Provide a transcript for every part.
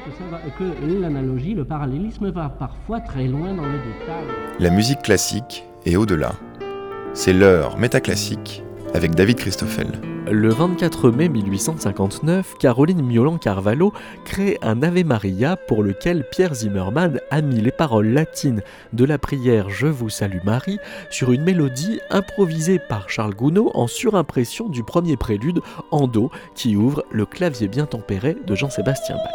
que l'analogie, le parallélisme va parfois très loin dans le détail. La musique classique et au-delà. C'est l'heure métaclassique avec David Christoffel. Le 24 mai 1859, Caroline Miolan-Carvalho crée un Ave Maria pour lequel Pierre Zimmermann a mis les paroles latines de la prière « Je vous salue Marie » sur une mélodie improvisée par Charles Gounod en surimpression du premier prélude en do qui ouvre le clavier bien tempéré de Jean-Sébastien Bach.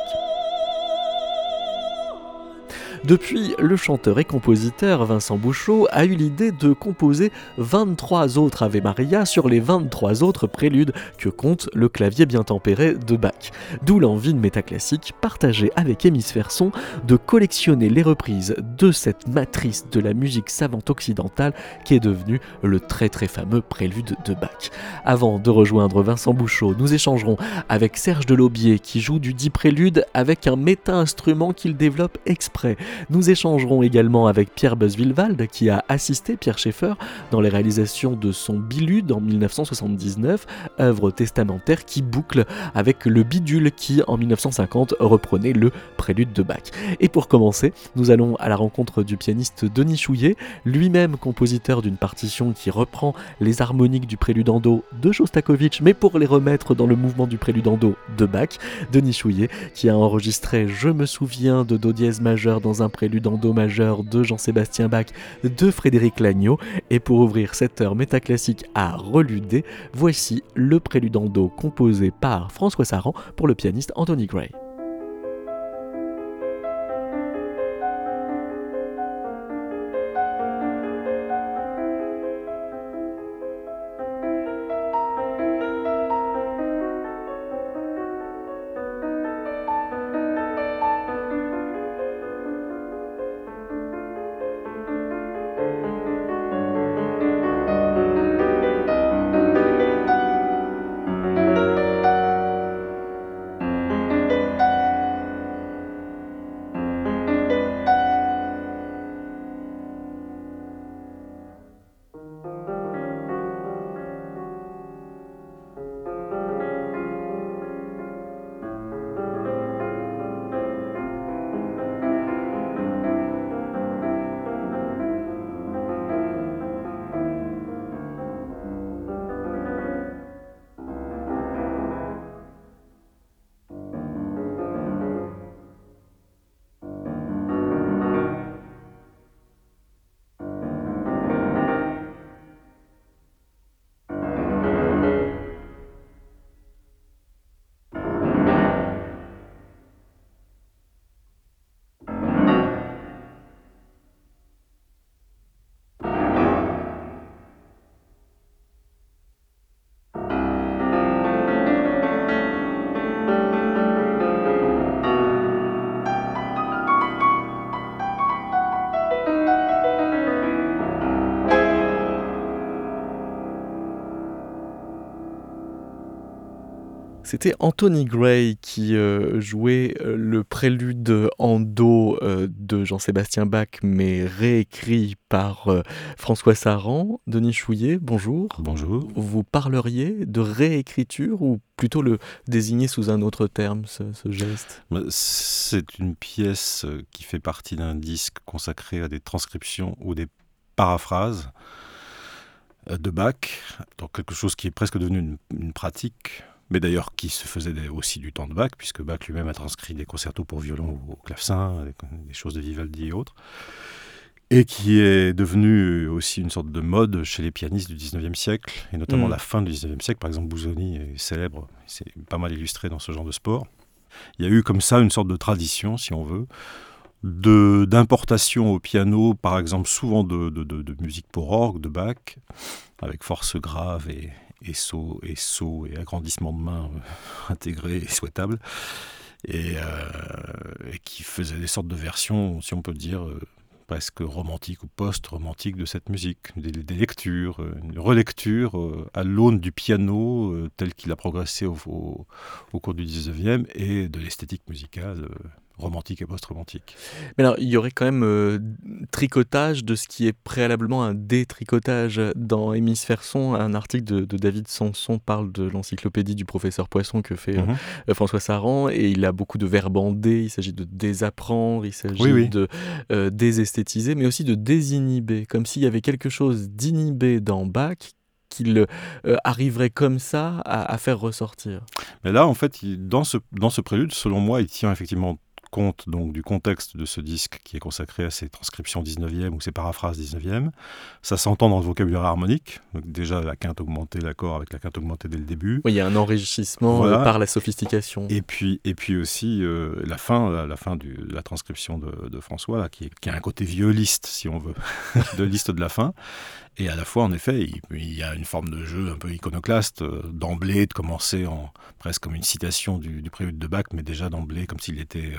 Depuis, le chanteur et compositeur Vincent Bouchot a eu l'idée de composer 23 autres Ave Maria sur les 23 autres préludes que compte le clavier bien tempéré de Bach. D'où l'envie de Métaclassique, partagée avec Hémisphère Son, de collectionner les reprises de cette matrice de la musique savante occidentale qui est devenue le très très fameux prélude de Bach. Avant de rejoindre Vincent Bouchot, nous échangerons avec Serge Delaubier qui joue du dit prélude avec un méta-instrument qu'il développe exprès. Nous échangerons également avec Pierre Buswilwald qui a assisté Pierre Schaeffer dans les réalisations de son Bilude en 1979, œuvre testamentaire qui boucle avec le Bidule qui en 1950 reprenait le prélude de Bach. Et pour commencer, nous allons à la rencontre du pianiste Denis Chouillet, lui-même compositeur d'une partition qui reprend les harmoniques du prélude en do de Shostakovich, mais pour les remettre dans le mouvement du prélude en do de Bach. Denis Chouillet qui a enregistré Je me souviens de do dièse majeur dans un prélude en do majeur de Jean-Sébastien Bach de Frédéric Lagneau. Et pour ouvrir cette heure métaclassique à reluder, voici le prélude en do composé par François Saran pour le pianiste Anthony Gray. C'était Anthony Gray qui jouait le prélude en do de Jean-Sébastien Bach, mais réécrit par François Saran. Denis Chouillet, bonjour. Bonjour. Vous parleriez de réécriture ou plutôt le désigner sous un autre terme, ce geste ? C'est une pièce qui fait partie d'un disque consacré à des transcriptions ou des paraphrases de Bach, donc quelque chose qui est presque devenu une pratique, mais d'ailleurs qui se faisait aussi du temps de Bach, puisque Bach lui-même a transcrit des concertos pour violon au clavecin, des choses de Vivaldi et autres, et qui est devenu aussi une sorte de mode chez les pianistes du 19e siècle, et notamment la fin du 19e siècle. Par exemple, Busoni est célèbre, c'est pas mal illustré dans ce genre de sport. Il y a eu comme ça une sorte de tradition, si on veut, d'importation au piano, par exemple, souvent de musique pour orgue de Bach, avec force grave et saut et agrandissement de main intégré et souhaitable, et qui faisait des sortes de versions, si on peut le dire, presque romantiques ou post-romantiques de cette musique, des lectures, une relecture à l'aune du piano tel qu'il a progressé au cours du 19e et de l'esthétique musicale romantique et post-romantique. Mais alors, il y aurait quand même tricotage de ce qui est préalablement un détricotage. Dans Hémisphère Son, un article de David Sanson parle de l'encyclopédie du professeur Poisson que fait François Saran, et il a beaucoup de verbes en dé. Il s'agit de désapprendre, il s'agit de désesthétiser, mais aussi de désinhiber, comme s'il y avait quelque chose d'inhibé dans Bach qu'il arriverait comme ça à faire ressortir. Mais là, en fait, dans ce prélude, selon moi, il tient effectivement compte donc du contexte de ce disque qui est consacré à ces transcriptions 19e ou ces paraphrases 19e. Ça s'entend dans le vocabulaire harmonique. Donc déjà, la quinte augmentée, l'accord avec la quinte augmentée dès le début. Oui, il y a un enrichissement par la sophistication. Et puis aussi la fin de la transcription de François, là, qui a un côté violiste, si on veut, de liste de la fin. Et à la fois, en effet, il y a une forme de jeu un peu iconoclaste, d'emblée, de commencer presque comme une citation du prélude de Bach, mais déjà d'emblée, comme s'il était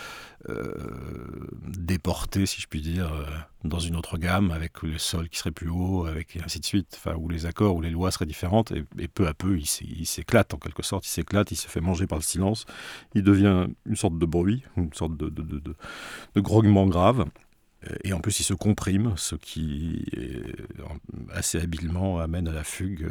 déporté, si je puis dire, dans une autre gamme, avec le sol qui serait plus haut, avec et ainsi de suite, où les accords ou les lois seraient différentes, et peu à peu, il s'éclate en quelque sorte, il se fait manger par le silence, il devient une sorte de bruit, une sorte de grognement grave. Et en plus, il se comprime, ce qui assez habilement amène à la fugue,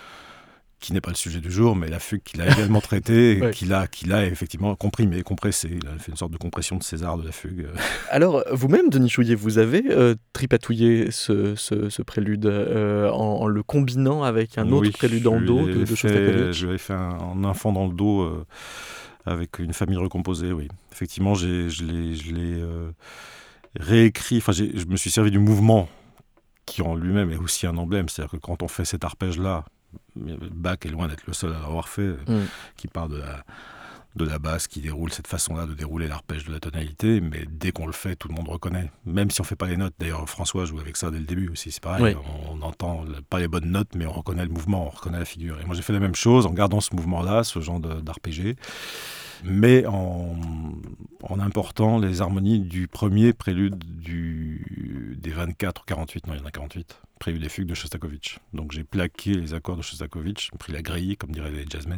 qui n'est pas le sujet du jour, mais la fugue qu'il a également traitée, qu'il a effectivement comprimée, compressée. Il a fait une sorte de compression de César de la fugue. Alors, vous-même, Denis Chouillet, vous avez tripatouillé ce prélude en le combinant avec un autre prélude en do de Shostakovich. Je l'avais fait en un fond dans le dos avec une famille recomposée, oui. Effectivement, je l'ai réécrit, je me suis servi du mouvement qui en lui-même est aussi un emblème, c'est-à-dire que quand on fait cet arpège-là, Bach est loin d'être le seul à l'avoir fait, qui part de la basse, qui déroule cette façon-là de dérouler l'arpège de la tonalité, mais dès qu'on le fait, tout le monde reconnaît, même si on ne fait pas les notes. D'ailleurs, François joue avec ça dès le début aussi, c'est pareil, on n'entend pas les bonnes notes, mais on reconnaît le mouvement, on reconnaît la figure. Et moi j'ai fait la même chose en gardant ce mouvement-là, ce genre d'arpégé, mais en important les harmonies du premier prélude des 24 ou 48, non il y en a 48, prélude et fugue de Shostakovich. Donc j'ai plaqué les accords de Shostakovich, j'ai pris la grille, comme diraient les jazzmen.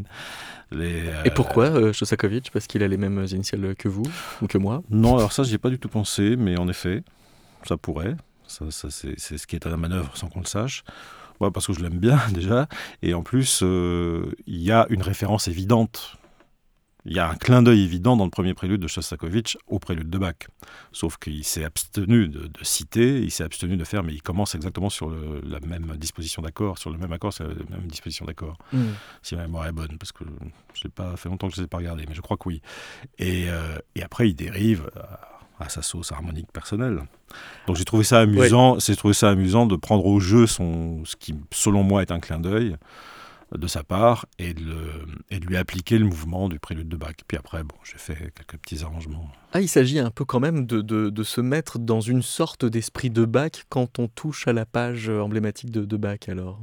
Et pourquoi Shostakovich ? Parce qu'il a les mêmes initiales que vous ou que moi ? Non, alors ça j'y ai pas du tout pensé, mais en effet, ça pourrait. Ça c'est ce qui est à la manœuvre sans qu'on le sache. Ouais, parce que je l'aime bien déjà, et en plus il y a une référence évidente. Il y a un clin d'œil évident dans le premier prélude de Shostakovich au prélude de Bach. Sauf qu'il s'est abstenu de citer, il s'est abstenu de faire, mais il commence exactement sur la même disposition d'accord, sur le même accord, c'est la même disposition d'accord. Si ma mémoire est bonne, parce que ça fait longtemps que je ne les ai pas regardés, mais je crois que oui. Et après, il dérive à sa sauce harmonique personnelle. Donc j'ai trouvé ça amusant, de prendre au jeu ce qui, selon moi, est un clin d'œil de sa part et de lui appliquer le mouvement du prélude de Bach. Puis après, j'ai fait quelques petits arrangements. Il s'agit un peu quand même de se mettre dans une sorte d'esprit de Bach quand on touche à la page emblématique de Bach, alors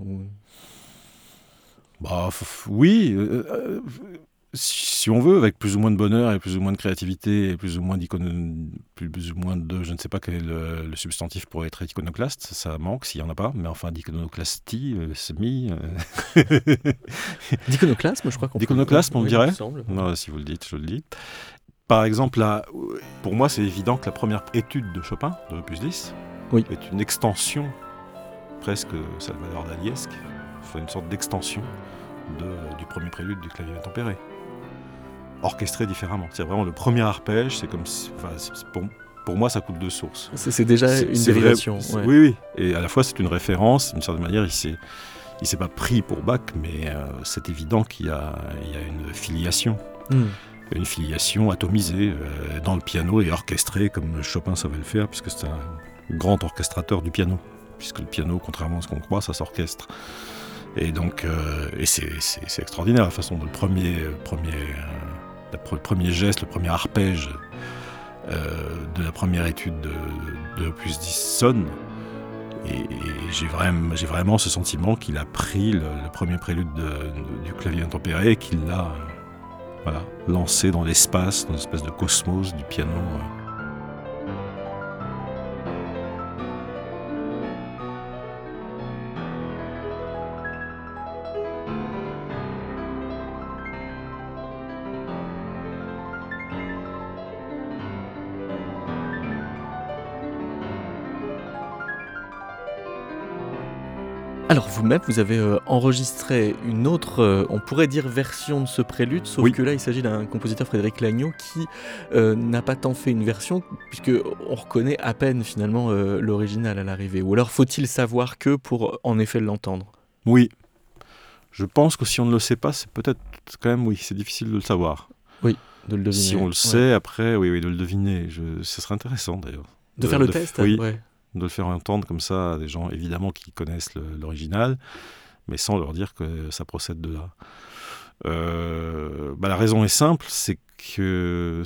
oui, si on veut, avec plus ou moins de bonheur et plus ou moins de créativité et plus ou moins de, je ne sais pas quel est le substantif pour être iconoclaste, ça manque s'il n'y en a pas, mais enfin d'iconoclastie, semi... D'iconoclasme, je crois qu'on D'iconoclasme, on dirait. Semble. Non, si vous le dites, je le dis. Par exemple, là, pour moi, c'est évident que la première étude de Chopin, de l'opus 10, est une extension, presque Salvador Daliesque, une sorte d'extension du premier prélude du clavier tempéré, orchestré différemment. C'est vraiment le premier arpège, c'est comme si, pour moi ça coule de source. C'est déjà une dérivation. Oui, et à la fois c'est une référence, d'une certaine manière il s'est pas pris pour Bach, mais c'est évident qu'il y a une filiation. Une filiation atomisée dans le piano et orchestrée comme Chopin savait le faire, puisque c'est un grand orchestrateur du piano, puisque le piano, contrairement à ce qu'on croit, ça s'orchestre. Et donc, c'est extraordinaire la façon dont le premier geste, le premier arpège de la première étude de l'opus 10 sonne. Et j'ai vraiment ce sentiment qu'il a pris le premier prélude du clavier intempéré et qu'il l'a lancé dans l'espace, dans une espèce de cosmos du piano. Alors vous-même, vous avez enregistré une autre, on pourrait dire version de ce prélude, sauf Oui. que là il s'agit d'un compositeur, Frédéric Lagneau, qui n'a pas tant fait une version, puisque on reconnaît à peine finalement l'original à l'arrivée. Ou alors faut-il savoir que pour en effet l'entendre? Oui, je pense que si on ne le sait pas, c'est peut-être quand même, oui, c'est difficile de le savoir. Oui, de le deviner. Si on le Ouais. sait, après, oui, de le deviner. Ce serait intéressant d'ailleurs. De faire le test. Oui, Ouais. de le faire entendre comme ça à des gens évidemment qui connaissent l'original, mais sans leur dire que ça procède de là. La raison est simple, c'est que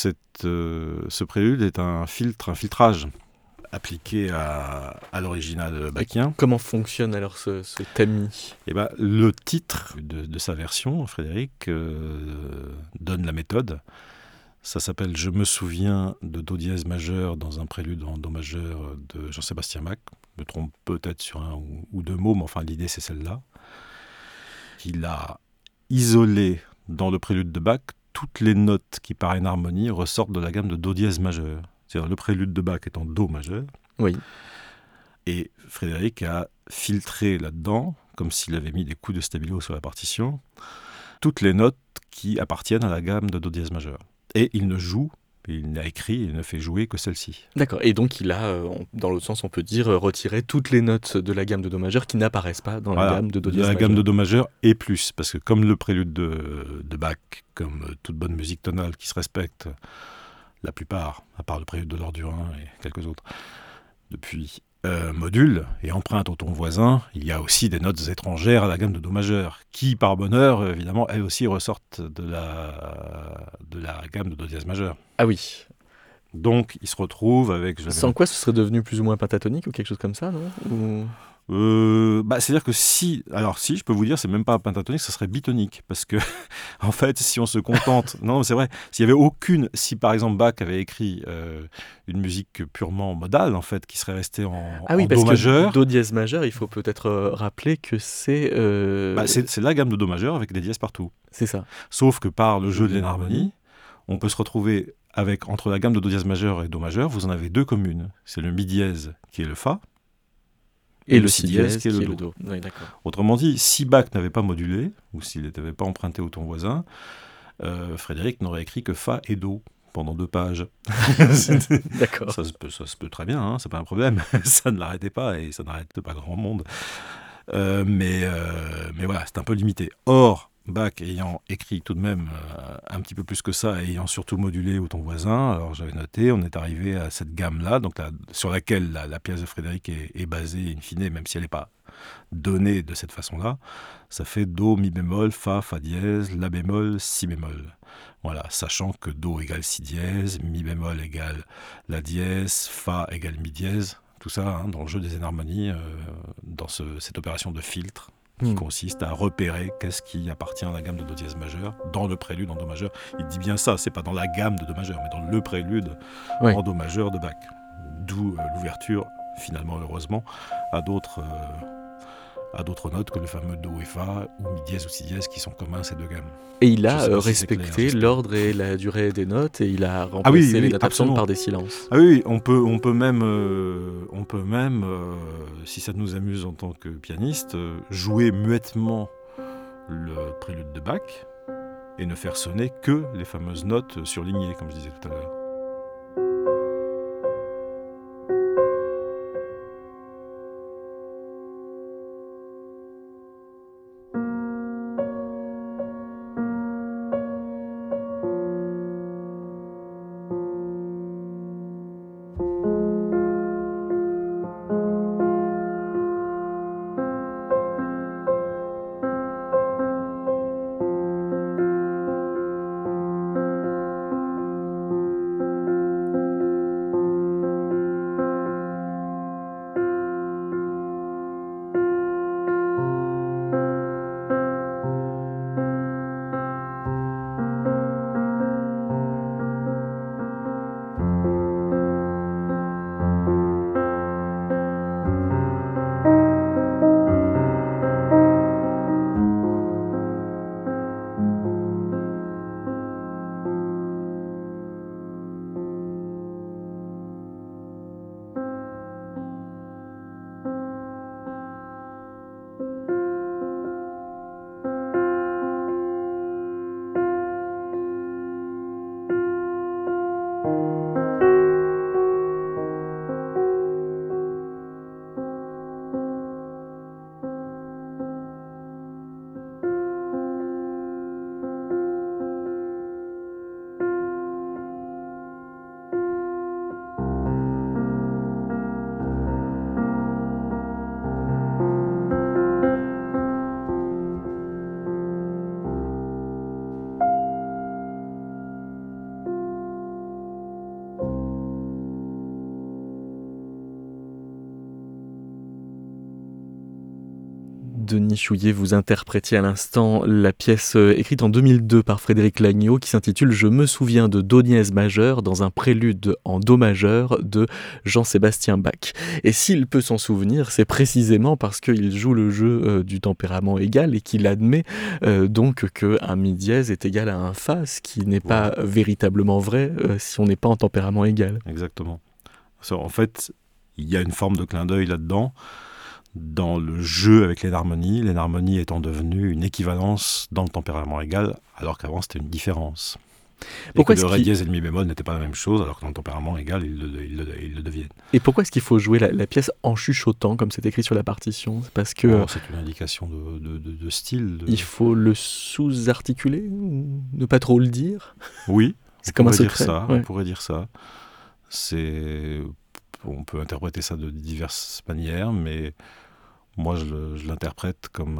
ce prélude est un filtrage appliqué à l'original bachien. Comment fonctionne alors ce tamis? Et le titre de sa version, Frédéric, donne la méthode. Ça s'appelle « Je me souviens de Do dièse majeur dans un prélude en Do majeur de Jean-Sébastien Bach ». Je me trompe peut-être sur un ou deux mots, mais enfin l'idée c'est celle-là. Il a isolé dans le prélude de Bach toutes les notes qui par une harmonie ressortent de la gamme de Do dièse majeur. C'est-à-dire le prélude de Bach est en Do majeur. Oui. Et Frédéric a filtré là-dedans, comme s'il avait mis des coups de stabilo sur la partition, toutes les notes qui appartiennent à la gamme de Do dièse majeur. Et il ne joue, il n'a écrit, il ne fait jouer que celle-ci. D'accord, et donc il a, dans l'autre sens on peut dire, retiré toutes les notes de la gamme de Do majeur qui n'apparaissent pas dans la gamme de Do dièse majeur. La gamme de Do majeur et plus, parce que comme le prélude de Bach, comme toute bonne musique tonale qui se respecte, la plupart, à part le prélude de Lordurin et quelques autres, depuis module et emprunte au ton voisin, il y a aussi des notes étrangères à la gamme de Do majeur, qui par bonheur, évidemment, elles aussi ressortent de la gamme de Do dièse majeur. Ah oui. Donc il se retrouve avec... Sans quoi ce serait devenu plus ou moins pentatonique ou quelque chose comme ça, non? Ou... C'est-à-dire que si je peux vous dire, c'est même pas pentatonique, ça serait bitonique, parce que en fait, si on se contente, non, c'est vrai, si par exemple Bach avait écrit une musique purement modale, en fait, qui serait restée en Do majeur, Do dièse majeur, il faut peut-être rappeler que c'est c'est la gamme de Do majeur avec des dièses partout. C'est ça. Sauf que par le jeu de l'harmonie, on peut se retrouver avec entre la gamme de Do dièse majeur et Do majeur, vous en avez deux communes. C'est le mi dièse qui est le fa. Et le si dièse qui est le do. Oui, d'accord. Autrement dit, si Bach n'avait pas modulé, ou s'il n'avait pas emprunté au ton voisin, Frédéric n'aurait écrit que fa et do pendant 2 pages. D'accord. Ça se peut très bien, hein, c'est pas un problème. Ça ne l'arrêtait pas et ça n'arrête pas grand monde. Mais voilà, c'est un peu limité. Or, Bach ayant écrit tout de même un petit peu plus que ça, et ayant surtout modulé au ton voisin, alors j'avais noté, on est arrivé à cette gamme-là, donc sur laquelle la pièce de Frédéric est basée, in fine, même si elle n'est pas donnée de cette façon-là. Ça fait Do, Mi bémol, Fa, Fa dièse, La bémol, Si bémol. Voilà, sachant que Do égale Si dièse, Mi bémol égale La dièse, Fa égale Mi dièse. Tout ça dans le jeu des énharmonies, dans cette opération de filtre qui consiste à repérer qu'est-ce qui appartient à la gamme de Do dièse majeur dans le prélude en Do majeur. Il dit bien ça, c'est pas dans la gamme de Do majeur, mais dans le prélude en Do majeur de Bach. D'où l'ouverture, finalement heureusement, à d'autres notes que le fameux Do et Fa, ou Mi dièse ou Si dièse, qui sont communs à ces deux gammes. Et il a si respecté l'ordre et la durée des notes, et il a remplacé les notes absentes par des silences. Ah oui, on peut même, si ça nous amuse en tant que pianiste, jouer muettement le prélude de Bach et ne faire sonner que les fameuses notes surlignées, comme je disais tout à l'heure. Denis Chouillet, vous interprétiez à l'instant la pièce écrite en 2002 par Frédéric Lagneau qui s'intitule « Je me souviens de Do dièse majeur dans un prélude en Do majeur de Jean-Sébastien Bach ». Et s'il peut s'en souvenir, c'est précisément parce qu'il joue le jeu du tempérament égal et qu'il admet donc qu'un mi dièse est égal à un fa, ce qui n'est pas véritablement vrai si on n'est pas en tempérament égal. Exactement. En fait, il y a une forme de clin d'œil là-dedans, dans le jeu avec l'énharmonie étant devenue une équivalence dans le tempérament égal, alors qu'avant c'était une différence. Pourquoi le ré dièse et le mi bémol n'étaient pas la même chose, alors que dans le tempérament égal, ils le deviennent. Et pourquoi est-ce qu'il faut jouer la pièce en chuchotant, comme c'est écrit sur la partition ? C'est parce que c'est une indication de style. Il faut le sous-articuler, ne pas trop le dire. Oui, c'est comme un secret. On pourrait dire ça. On peut interpréter ça de diverses manières, mais moi je l'interprète comme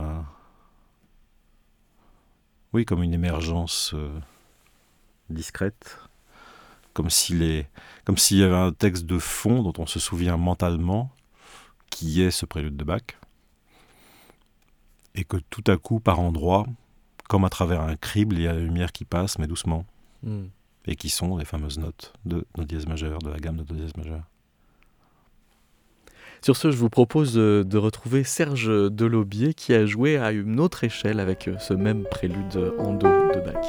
comme une émergence discrète, comme s'il y avait un texte de fond dont on se souvient mentalement, qui est ce prélude de Bach, et que tout à coup, par endroits, comme à travers un crible, il y a la lumière qui passe, mais doucement, et qui sont les fameuses notes de Do dièse majeur, de la gamme de Do dièse majeur. Sur ce, je vous propose de retrouver Serge Delaubier qui a joué à une autre échelle avec ce même prélude en Do de Bach.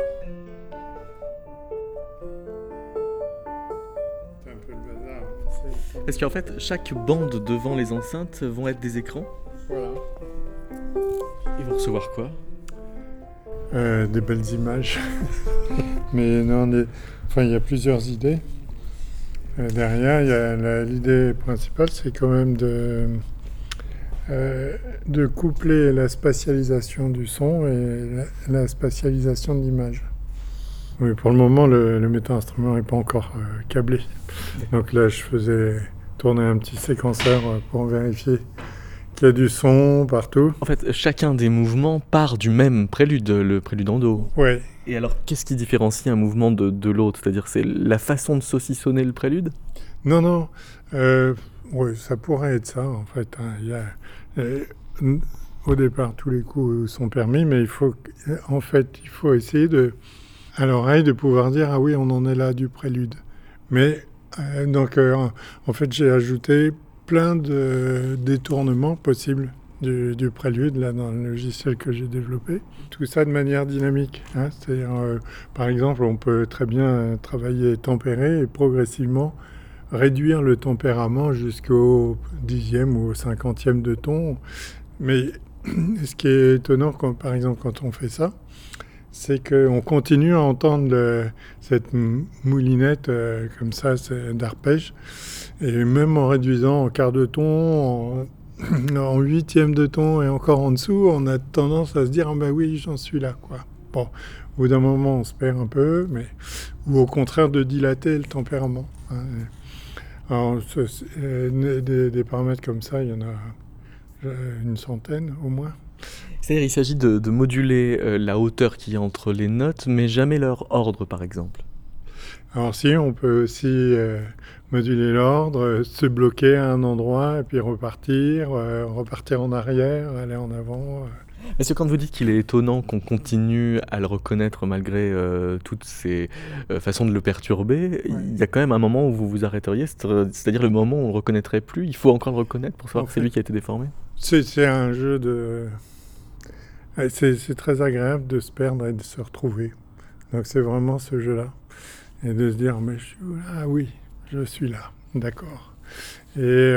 C'est un peu le bazar. Est-ce qu'en fait, chaque bande devant les enceintes vont être des écrans ? Voilà. Ils vont recevoir quoi ? Des belles images. Mais non, il y a plusieurs idées. Derrière, il y a l'idée principale, c'est quand même de coupler la spatialisation du son et la spatialisation de l'image. Oui, pour le moment, le méta-instrument n'est pas encore câblé. Donc là, je faisais tourner un petit séquenceur pour vérifier qu'il y a du son partout. En fait, chacun des mouvements part du même prélude, le prélude en Do. Oui. Et alors, qu'est-ce qui différencie un mouvement de l'autre ? C'est-à-dire, c'est la façon de saucissonner le prélude ? Non. Oui, ça pourrait être ça, en fait. Au départ, tous les coups sont permis, mais il faut essayer à l'oreille de pouvoir dire « Ah oui, on en est là du prélude ». Mais, en fait, j'ai ajouté plein de détournements possibles du prélude là dans le logiciel que j'ai développé. Tout ça de manière dynamique. C'est-à-dire, par exemple, on peut très bien travailler tempéré et progressivement réduire le tempérament jusqu'au 10e ou au 50e de ton. Mais ce qui est étonnant, par exemple, quand on fait ça, c'est qu'on continue à entendre cette moulinette comme ça, d'arpège. Et même en réduisant en quart de ton, en 8e de ton et encore en dessous, on a tendance à se dire « Ah ben oui, j'en suis là, quoi ». Bon, au bout d'un moment, on se perd un peu, ou au contraire de dilater le tempérament. Alors, des paramètres comme ça, il y en a une centaine au moins. C'est-à-dire il s'agit de moduler la hauteur qu'il y a entre les notes, mais jamais leur ordre, par exemple. Alors si, on peut aussi moduler l'ordre, se bloquer à un endroit et puis repartir en arrière, aller en avant. Est-ce que quand vous dites qu'il est étonnant qu'on continue à le reconnaître malgré toutes ces façons de le perturber, il y a quand même un moment où vous vous arrêteriez, c'est-à-dire le moment où on ne le reconnaîtrait plus, il faut encore le reconnaître pour savoir que c'est lui qui a été déformé ? C'est un jeu de... C'est très agréable de se perdre et de se retrouver. Donc c'est vraiment ce jeu-là. Et de se dire, mais ah oui, je suis là, d'accord. Et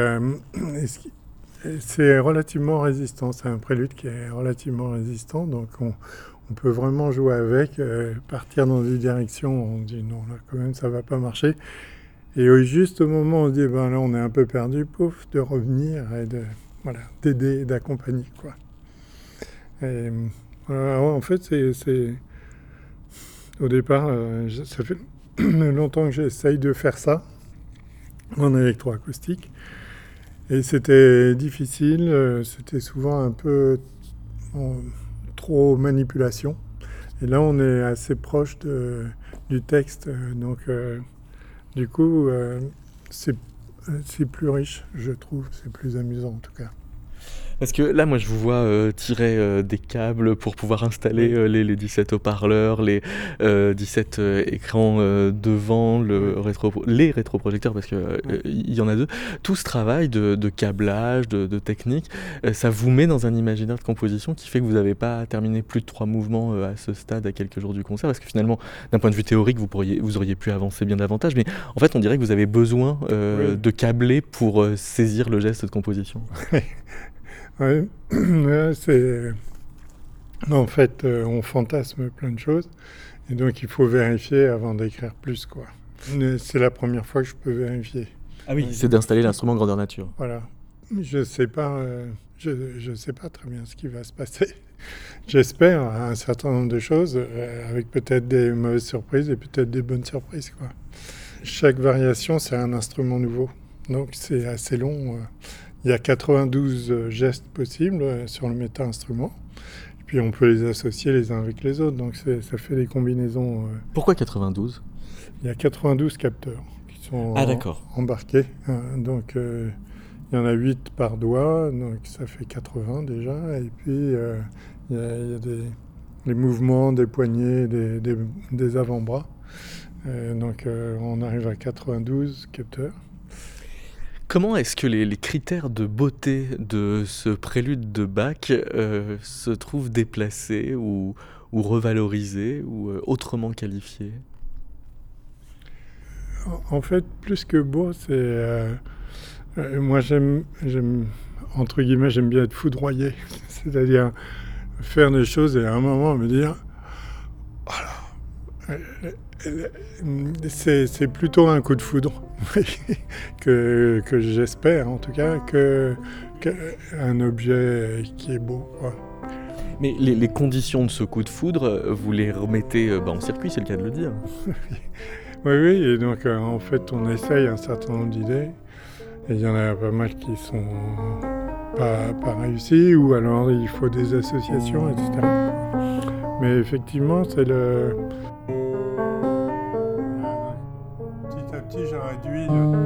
c'est relativement résistant, c'est un prélude qui est relativement résistant, donc on peut vraiment jouer avec, partir dans une direction, on dit non, là quand même ça va pas marcher. Et au juste moment, on se dit, ben là on est un peu perdu, pouf, de revenir et d'aider, d'accompagner, quoi. Et, en fait, c'est au départ, ça fait longtemps que j'essaye de faire ça en électroacoustique. Et c'était difficile, c'était souvent un peu trop manipulation. Et là, on est assez proche du texte, donc du coup, c'est plus riche, je trouve, c'est plus amusant en tout cas. Parce que là, moi, je vous vois tirer des câbles pour pouvoir installer les 17 haut-parleurs, les 17 écrans devant, les rétroprojecteurs, parce qu'il y en a deux. Tout ce travail de câblage, de technique, ça vous met dans un imaginaire de composition qui fait que vous n'avez pas terminé plus de 3 mouvements à ce stade, à quelques jours du concert, parce que finalement, d'un point de vue théorique, vous auriez pu avancer bien davantage, mais en fait, on dirait que vous avez besoin de câbler pour saisir le geste de composition. Oui, ouais, c'est... En fait, on fantasme plein de choses, et donc il faut vérifier avant d'écrire plus, quoi. Mais c'est la première fois que je peux vérifier. Ah oui, c'est d'installer l'instrument grandeur nature. Voilà. Je sais pas très bien ce qui va se passer. J'espère un certain nombre de choses, avec peut-être des mauvaises surprises et peut-être des bonnes surprises, quoi. Chaque variation, c'est un instrument nouveau, donc c'est assez long. Il y a 92 gestes possibles sur le méta-instrument. Et puis on peut les associer les uns avec les autres, donc ça fait des combinaisons. Pourquoi 92 ? Il y a 92 capteurs qui sont embarqués. Donc il y en a 8 par doigt, donc ça fait 80 déjà. Et puis il y a les mouvements des poignets, des avant-bras. Donc on arrive à 92 capteurs. Comment est-ce que les critères de beauté de ce prélude de Bach se trouvent déplacés ou revalorisés ou autrement qualifiés ? En fait, plus que beau, c'est... moi, j'aime, entre guillemets, j'aime bien être foudroyé. C'est-à-dire faire des choses et à un moment me dire... Voilà. C'est plutôt un coup de foudre que j'espère, en tout cas, qu'un objet qui est beau, quoi. Mais les conditions de ce coup de foudre, vous les remettez en circuit, c'est le cas de le dire. Oui, et donc en fait on essaye un certain nombre d'idées, et il y en a pas mal qui sont pas réussies, ou alors il faut des associations, etc. Mais effectivement, c'est le... Petit à petit, j'ai réduit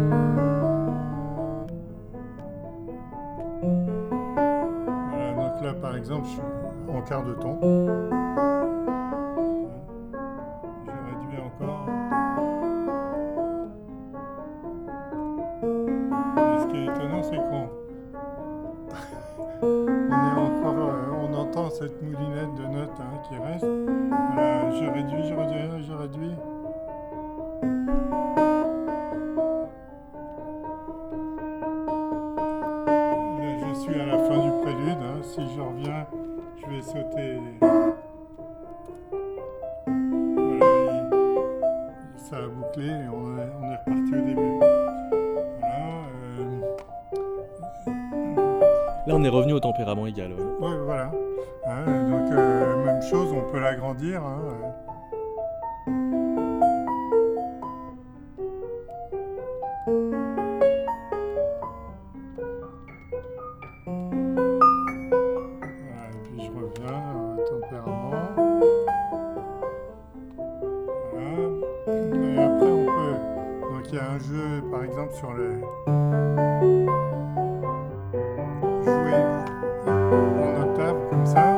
Voilà, donc là par exemple, je suis en quart de ton. J'ai réduit encore. Et ce qui est étonnant, c'est on entend cette moulinette de notes qui reste. Voilà, je réduis. Là, je suis à la fin du prélude. Si je reviens, je vais sauter. Voilà, ça a bouclé et on est reparti au début. Là, on est revenu au tempérament égal. Ouais, voilà. Donc, même chose, on peut l'agrandir. Voilà, et puis je reviens au tempérament. Voilà. Et après, on peut... Donc, il y a un jeu, par exemple, sur les... jouer en octave, comme ça.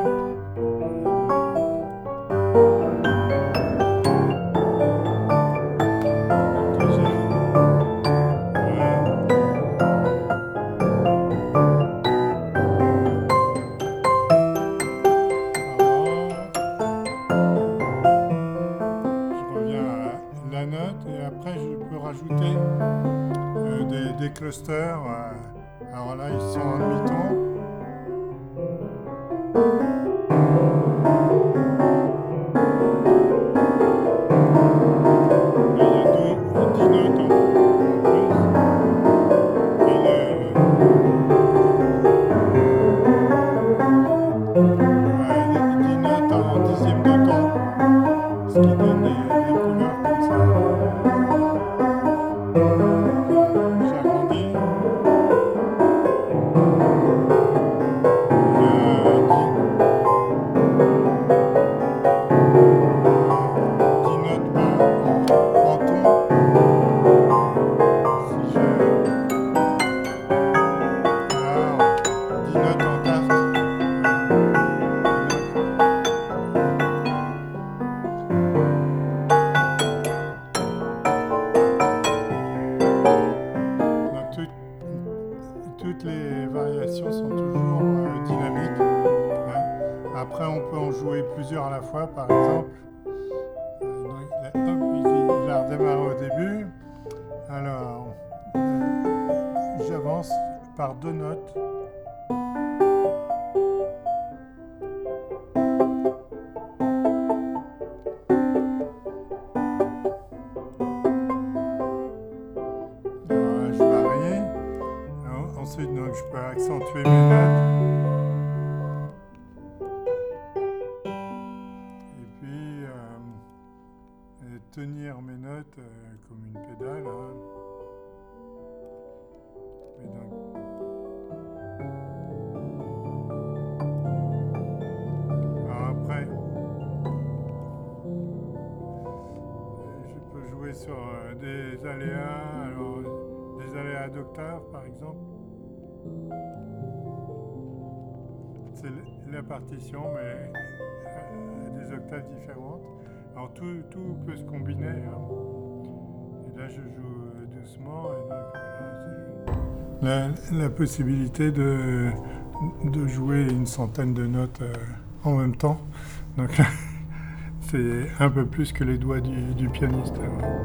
Des clusters, alors là ils sont en demi-ton. Notes en démarrer au début. Alors, j'avance par 2 notes. Alors, je varie. Ensuite, donc, je peux accentuer mes notes. Et puis, tenir mes notes comme une pédale. Hein. Et donc, alors après, je peux jouer sur des aléas, alors des aléas d'octave par exemple. C'est la partition, mais à des octaves différentes. Alors tout peut se combiner. Hein. Et là, je joue doucement. Et donc, voilà, la possibilité de jouer une centaine de notes en même temps. Donc, c'est un peu plus que les doigts du pianiste.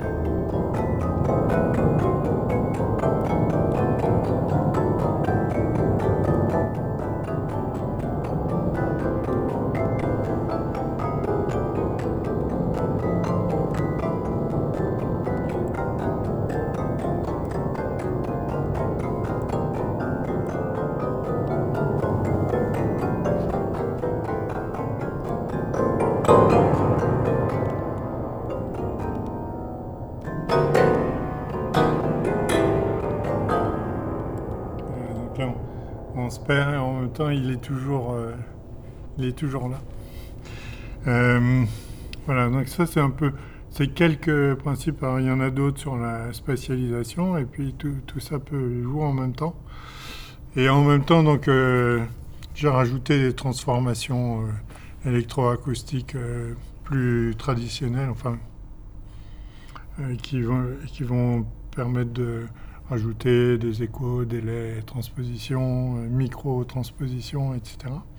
Donc là, on se perd et en même temps, il est toujours là. Voilà, donc ça c'est un peu, c'est quelques principes. Alors, il y en a d'autres sur la spatialisation et puis tout ça peut jouer en même temps. Et en même temps, donc, j'ai rajouté des transformations électroacoustiques plus traditionnelles, enfin, qui vont permettre de rajouter des échos, délais, transpositions, micro-transpositions, etc.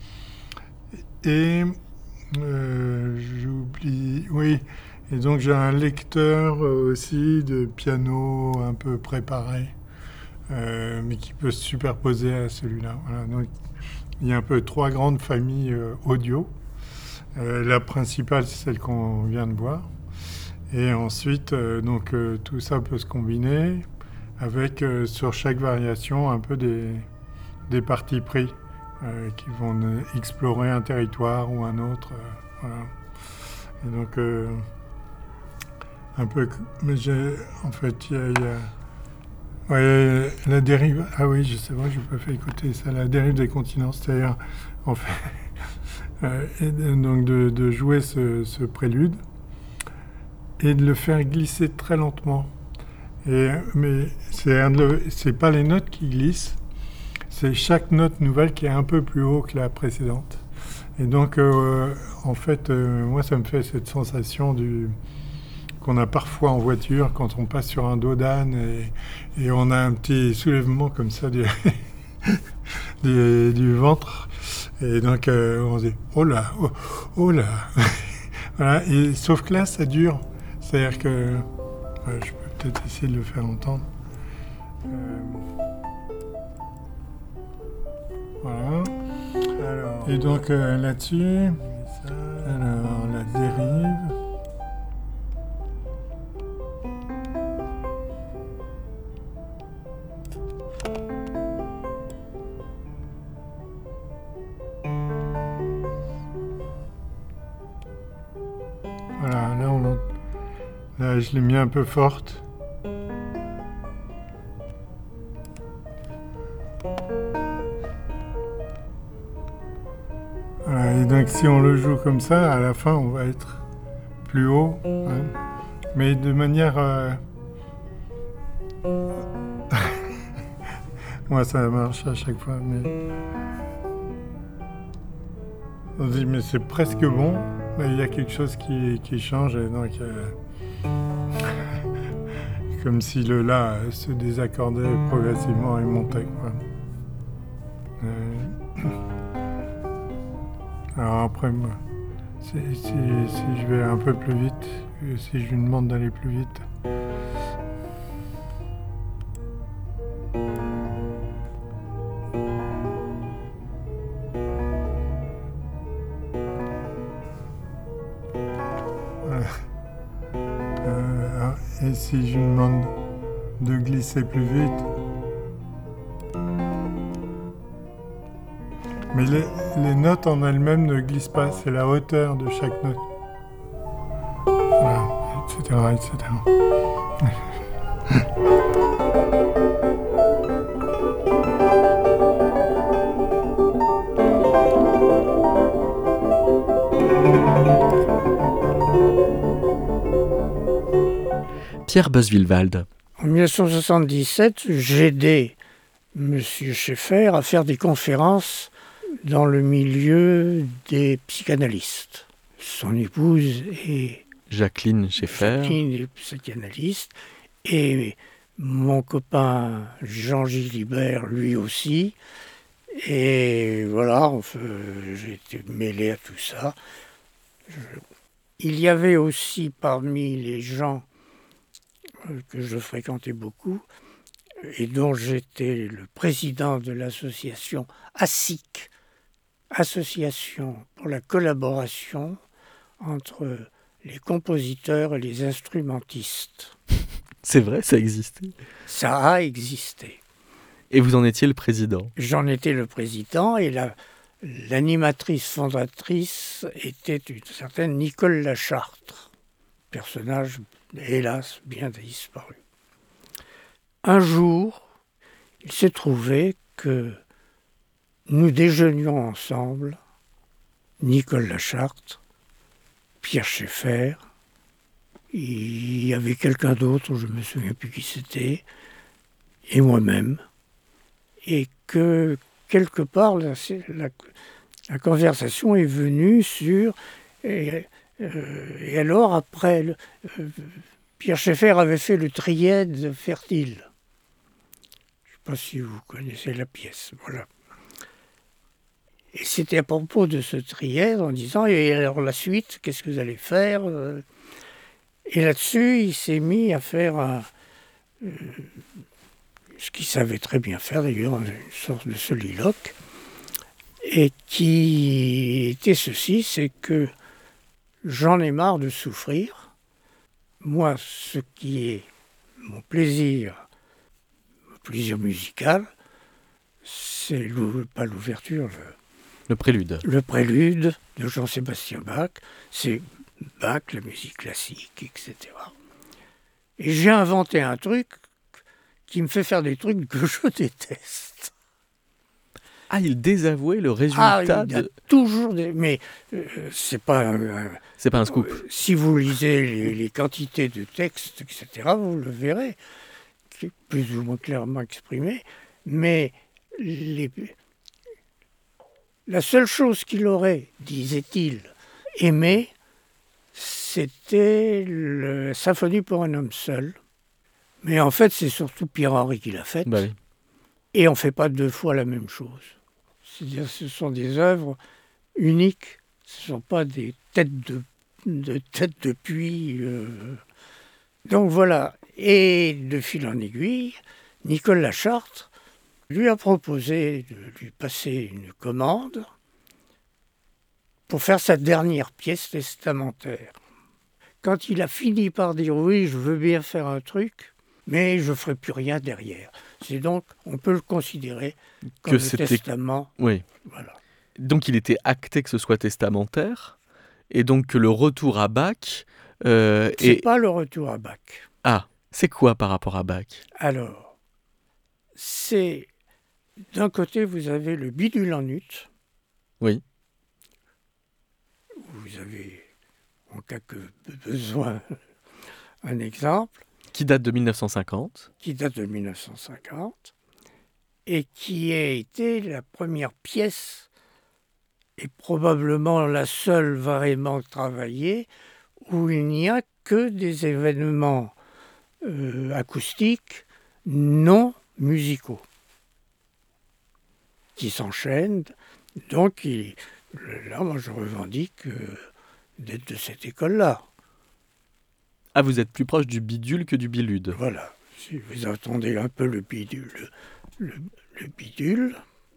Et j'oublie, oui, et donc j'ai un lecteur aussi de piano un peu préparé, mais qui peut se superposer à celui-là. Voilà, donc il y a un peu 3 grandes familles audio. La principale, c'est celle qu'on vient de voir. Et ensuite, tout ça peut se combiner avec, sur chaque variation, un peu des partis pris qui vont explorer un territoire ou un autre. Voilà. Et donc, un peu... Mais en fait, il y a ouais, la dérive... Ah oui, je sais pas, je peux faire écouter ça. La dérive des continents, c'est-à-dire, en fait... et donc de jouer ce prélude et de le faire glisser très lentement. Mais c'est pas les notes qui glissent, c'est chaque note nouvelle qui est un peu plus haut que la précédente. Et donc, en fait, moi, ça me fait cette sensation qu'on a parfois en voiture quand on passe sur un dos d'âne et on a un petit soulèvement comme ça du ventre. Et donc, on se dit « Oh là, oh là !» Voilà. Et, sauf que là, ça dure. C'est-à-dire que... je peux peut-être essayer de le faire entendre. Voilà. Alors, et donc, là-dessus, alors, la dérive... Voilà, là, je l'ai mis un peu forte. Voilà, et donc si on le joue comme ça, à la fin, on va être plus haut, hein, mais de manière... Moi, ça marche à chaque fois, mais... On se dit, mais c'est presque bon. Mais il y a quelque chose qui change, et donc comme si le La se désaccordait progressivement et montait, quoi. Alors après, si je vais un peu plus vite, si je lui demande d'aller plus vite. Voilà. Et si je lui demande de glisser plus vite. Mais les notes en elles-mêmes ne glissent pas, c'est la hauteur de chaque note. Voilà, etc., etc. Pierre Buswilwald. En 1977, j'aidais M. Schaeffer à faire des conférences dans le milieu des psychanalystes. Son épouse est Jacqueline Schaeffer. Jacqueline est psychanalyste et mon copain Jean Gilibert lui aussi. Et voilà, j'ai été mêlé à tout ça. Il y avait aussi parmi les gens que je fréquentais beaucoup et dont j'étais le président de l'association ASIC, Association pour la collaboration entre les compositeurs et les instrumentistes. C'est vrai, ça existait. Ça a existé. Et vous en étiez le président. J'en étais le président et l'animatrice fondatrice était une certaine Nicole Lachartre, personnage hélas bien disparu. Un jour, il s'est trouvé que nous déjeunions ensemble, Nicole Lachartre, Pierre Schaeffer, il y avait quelqu'un d'autre, je ne me souviens plus qui c'était, et moi-même, et que quelque part la conversation est venue sur... Et alors après, Pierre Schaeffer avait fait le Triède fertile. Je ne sais pas si vous connaissez la pièce, voilà. Et c'était à propos de ce Triède en disant, et alors la suite, qu'est-ce que vous allez faire? Et là-dessus, il s'est mis à faire ce qu'il savait très bien faire d'ailleurs, une sorte de soliloque, et qui était ceci, c'est que j'en ai marre de souffrir. Moi, ce qui est mon plaisir musical, c'est pas l'ouverture, le prélude. Le prélude de Jean-Sébastien Bach, c'est Bach, la musique classique, etc. Et j'ai inventé un truc qui me fait faire des trucs que je déteste. Ah, il désavouait le résultat il y a toujours des... Mais c'est pas un scoop. Si vous lisez les quantités de textes, etc., vous le verrez, qui est plus ou moins clairement exprimé. Mais la seule chose qu'il aurait, disait-il, aimé, c'était la symphonie pour un homme seul. Mais en fait, c'est surtout Pierre-Henri qui l'a faite. Bah oui. Et on ne fait pas deux fois la même chose. C'est-à-dire ce sont des œuvres uniques. Ce ne sont pas des têtes de puits. Donc voilà. Et de fil en aiguille, Nicole Lachartre lui a proposé de lui passer une commande pour faire sa dernière pièce testamentaire. Quand il a fini par dire oui, je veux bien faire un truc, mais je ne ferai plus rien derrière. C'est donc, on peut le considérer comme le testament. Oui. Voilà. Donc il était acté que ce soit testamentaire, et donc que le retour à Bach... C'est pas le retour à Bach. Ah, c'est quoi par rapport à Bach? Alors, c'est... D'un côté, vous avez le bidule en ut. Oui. Vous avez, en cas que besoin, un exemple. Qui date de 1950. Qui date de 1950. Et qui a été la première pièce, et probablement la seule vraiment travaillée, où il n'y a que des événements acoustiques non musicaux qui s'enchaînent. Donc, là, moi, je revendique d'être de cette école-là. Ah, vous êtes plus proche du bidule que du bilude. Voilà. Si vous attendez un peu le bidule. Le bidule.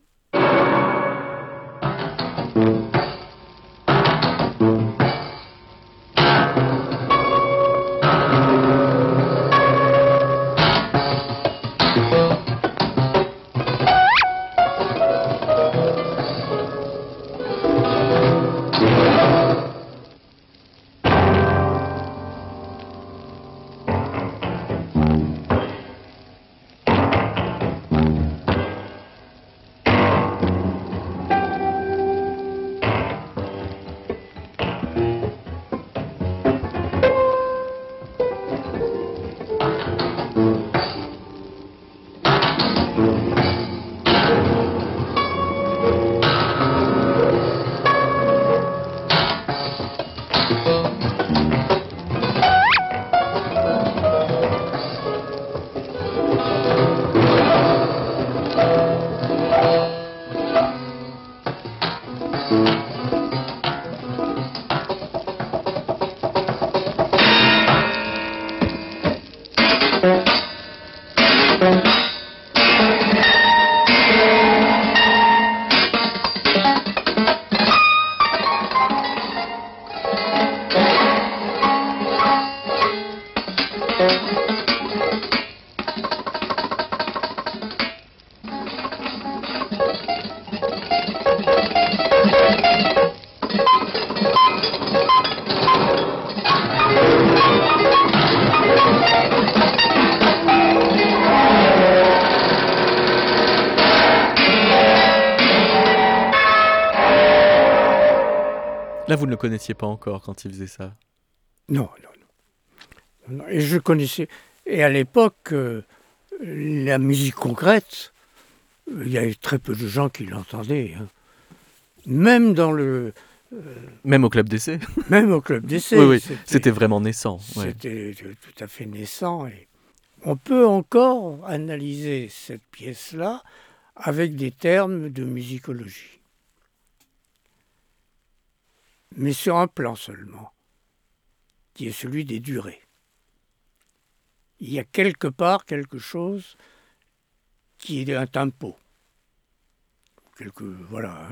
Là, vous ne le connaissiez pas encore quand il faisait ça. Non. Et je connaissais. Et à l'époque, la musique concrète, il y avait très peu de gens qui l'entendaient. Hein. Même dans le. Même au club d'essai. Même au club d'essai. Oui, c'était vraiment naissant. Ouais. C'était tout à fait naissant. Et on peut encore analyser cette pièce-là avec des termes de musicologie. Mais sur un plan seulement, qui est celui des durées. Il y a quelque part quelque chose qui est un tempo. Voilà.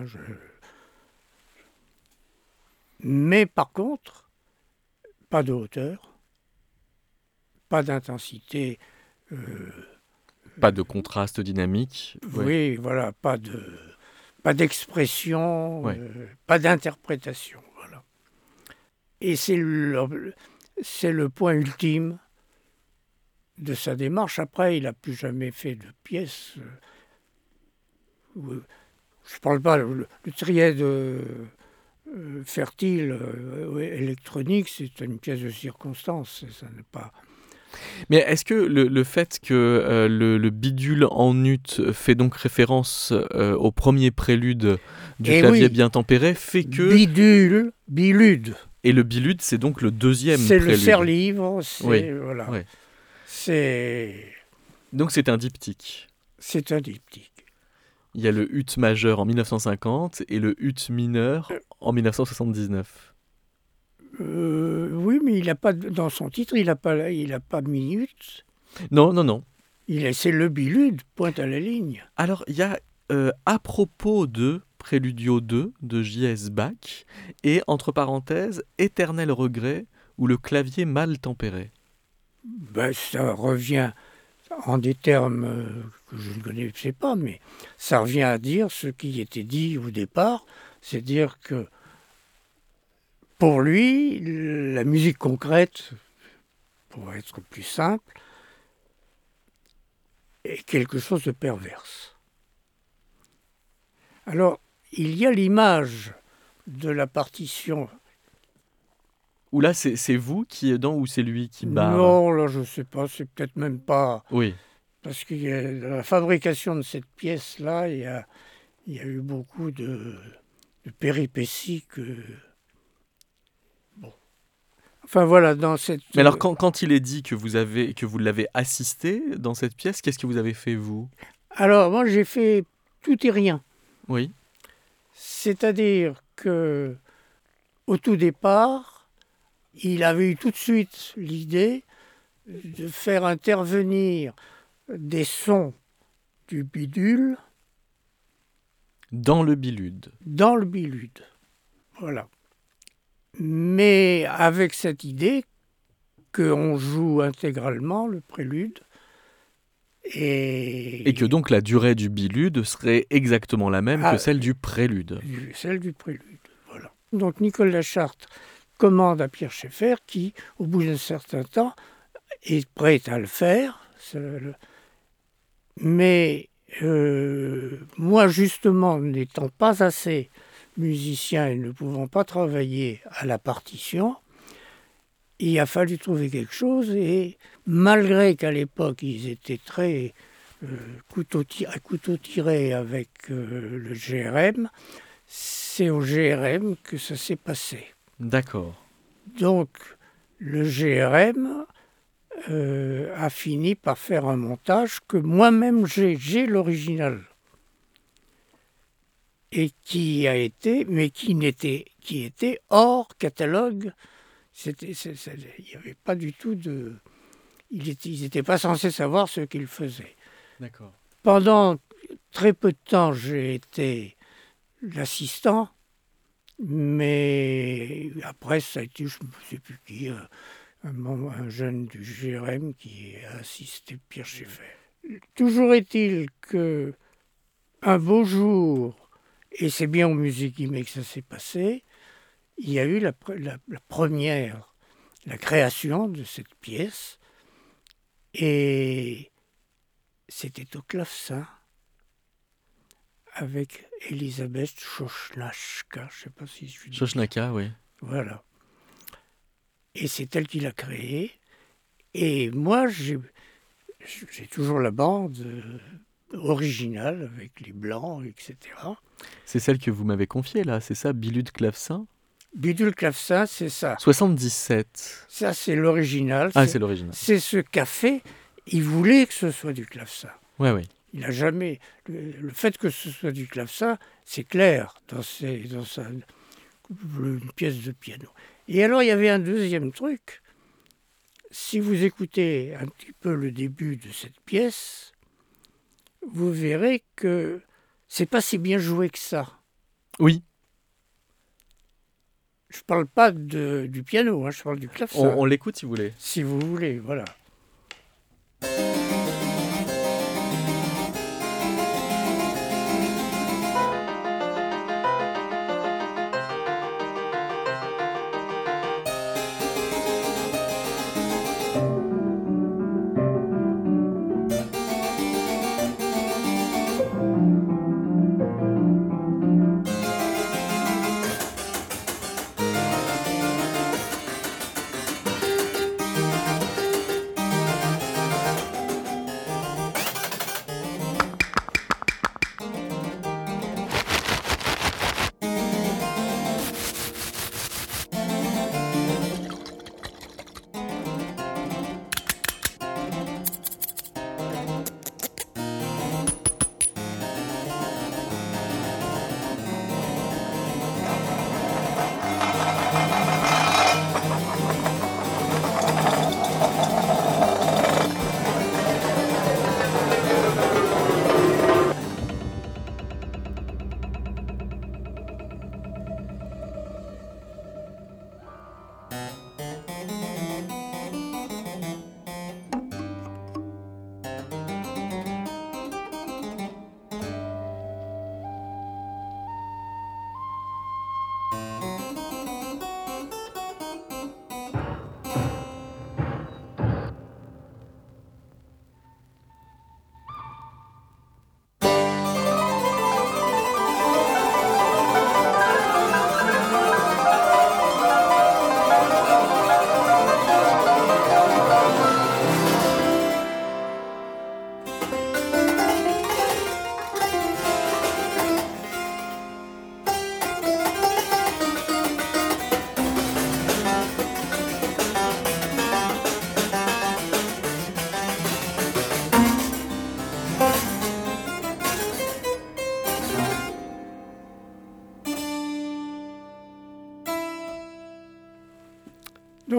Mais par contre, pas de hauteur, pas d'intensité. Pas de contraste dynamique. Oui, voilà, pas d'expression, Ouais. pas d'interprétation. Voilà. Et c'est le point ultime de sa démarche. Après, il n'a plus jamais fait de pièce. Je ne parle pas, le triède fertile électronique, c'est une pièce de circonstance. Ça n'est pas... Mais est-ce que le fait que le bidule en ut fait donc référence au premier prélude du clavier bien tempéré fait que... Bilude. Et le bilude, c'est donc le deuxième c'est prélude. Le serre-livre, voilà. Oui. C'est... Donc c'est un diptyque. C'est un diptyque. Il y a le ut majeur en 1950 et le ut mineur en 1979. Oui, mais il n'a pas dans son titre, il n'a pas minute. Non. C'est le bilude, pointe à la ligne. Alors il y a à propos de Préludio 2 de J.S. Bach et entre parenthèses Éternel regret ou le clavier mal tempéré. Ça revient en des termes que je ne connaissais pas, mais ça revient à dire ce qui était dit au départ, c'est dire que pour lui, la musique concrète, pour être plus simple, est quelque chose de perverse. Alors, il y a l'image de la partition. Ou là, c'est vous qui êtes dedans ou c'est lui qui barre? Non, là, je ne sais pas, c'est peut-être même pas... Oui. Parce qu'il y a la fabrication de cette pièce-là, il y a eu beaucoup de péripéties que... Bon. Enfin, voilà, dans cette... Mais alors, quand il est dit que vous l'avez assisté dans cette pièce, qu'est-ce que vous avez fait, vous? Alors, moi, j'ai fait tout et rien. Oui. C'est-à-dire que, au tout départ, il avait eu tout de suite l'idée de faire intervenir des sons du bidule Dans le bilude. dans le bilude. Voilà. Mais avec cette idée qu'on joue intégralement le prélude Et que donc la durée du bilude serait exactement la même que celle du prélude. Celle du prélude, voilà. Donc Nicole Lacharte commande à Pierre Schaeffer qui, au bout d'un certain temps, est prêt à le faire. Mais moi, justement, n'étant pas assez musicien et ne pouvant pas travailler à la partition, il a fallu trouver quelque chose. Et malgré qu'à l'époque, ils étaient très à couteau tiré avec le GRM, c'est au GRM que ça s'est passé. D'accord. Donc, le GRM a fini par faire un montage que moi-même j'ai l'original. Et qui était hors catalogue. Il n'y avait pas du tout de... Ils n'étaient pas censés savoir ce qu'ils faisaient. D'accord. Pendant très peu de temps, j'ai été l'assistant, mais après, ça a été, je ne sais plus qui, un jeune du GRM qui a assisté Pierre Schaeffer. Toujours est-il que un beau jour, et c'est bien au Musée Guimet que ça s'est passé, il y a eu la première, la création de cette pièce, et c'était au clavecin avec Elisabeth Chochnachka, je ne sais pas si je dis. Chochnaka, oui. Voilà. Et c'est elle qui l'a créé. Et moi, j'ai toujours la bande originale avec les blancs, etc. C'est celle que vous m'avez confiée, là, c'est ça, Bilude Clavecin Bidule Clavecin, c'est ça. 77. Ça, c'est l'original. Ah, c'est l'original. C'est ce qu'a fait. Il voulait que ce soit du clavecin. Oui, oui. Il n'a jamais... Le fait que ce soit du clavecin, c'est clair dans une pièce de piano. Et alors, il y avait un deuxième truc. Si vous écoutez un petit peu le début de cette pièce, vous verrez que c'est pas si bien joué que ça. Oui. Je parle pas du piano, je parle du clavecin. On l'écoute si vous voulez. Si vous voulez, voilà.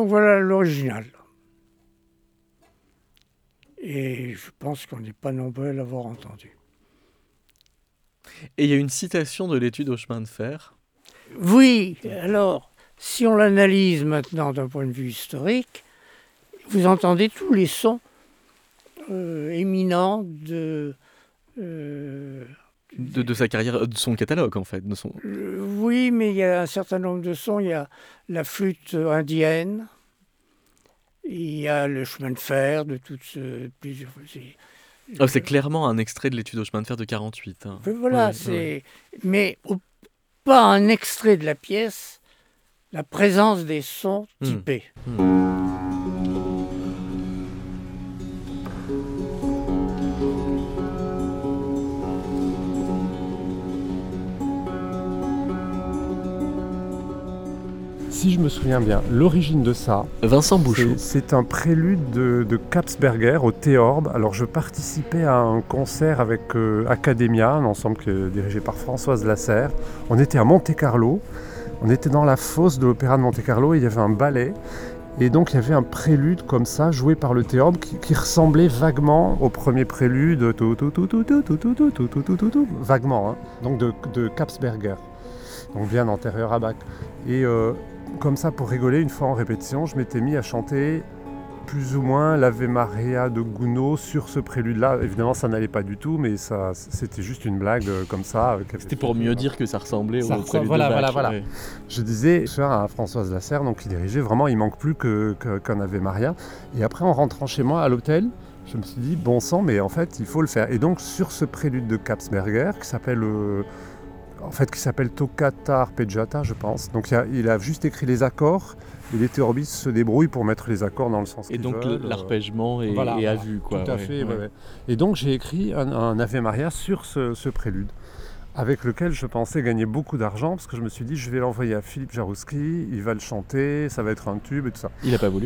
Donc voilà l'original. Et je pense qu'on n'est pas nombreux à l'avoir entendu. Et il y a une citation de l'étude au chemin de fer. Oui, alors, si on l'analyse maintenant d'un point de vue historique, vous entendez tous les sons éminents de sa carrière, de son catalogue en fait. Oui, mais il y a un certain nombre de sons. Il y a la flûte indienne, il y a le chemin de fer de toutes plusieurs... C'est clairement un extrait de l'étude au chemin de fer de 48. Hein. Voilà, mais pas un extrait de la pièce, la présence des sons typés. Si je me souviens bien, l'origine de ça, Vincent Bouchot. C'est un prélude de Kapsberger au Théorbe. Alors je participais à un concert avec Academia, un ensemble dirigé par Françoise Lasserre. On était à Monte-Carlo, on était dans la fosse de l'opéra de Monte-Carlo et il y avait un ballet. Et donc il y avait un prélude comme ça, joué par le Théorbe, qui ressemblait vaguement au premier prélude, vaguement, hein, donc de Kapsberger, donc bien antérieur à Bach. Et comme ça, pour rigoler, une fois en répétition, je m'étais mis à chanter plus ou moins l'Ave Maria de Gounod sur ce prélude-là. Évidemment, ça n'allait pas du tout, mais c'était juste une blague comme ça. C'était pour mieux dire que ça ressemblait au prélude de Bach. Voilà. Ouais. Je disais à Françoise Lasserre, donc qui dirigeait, vraiment, il manque plus qu'un Ave Maria. Et après, en rentrant chez moi à l'hôtel, je me suis dit, bon sang, mais en fait, il faut le faire. Et donc, sur ce prélude de Kapsberger, qui s'appelle Toccata Arpeggiata, je pense. Donc il a juste écrit les accords et les théorbistes se débrouillent pour mettre les accords dans le sens qu'ils veulent. Et donc l'arpègement est à vue, quoi. Tout à fait, ouais. Et donc j'ai écrit un Ave Maria sur ce prélude, avec lequel je pensais gagner beaucoup d'argent, parce que je me suis dit, je vais l'envoyer à Philippe Jaroussky, il va le chanter, ça va être un tube et tout ça. Il n'a pas voulu ?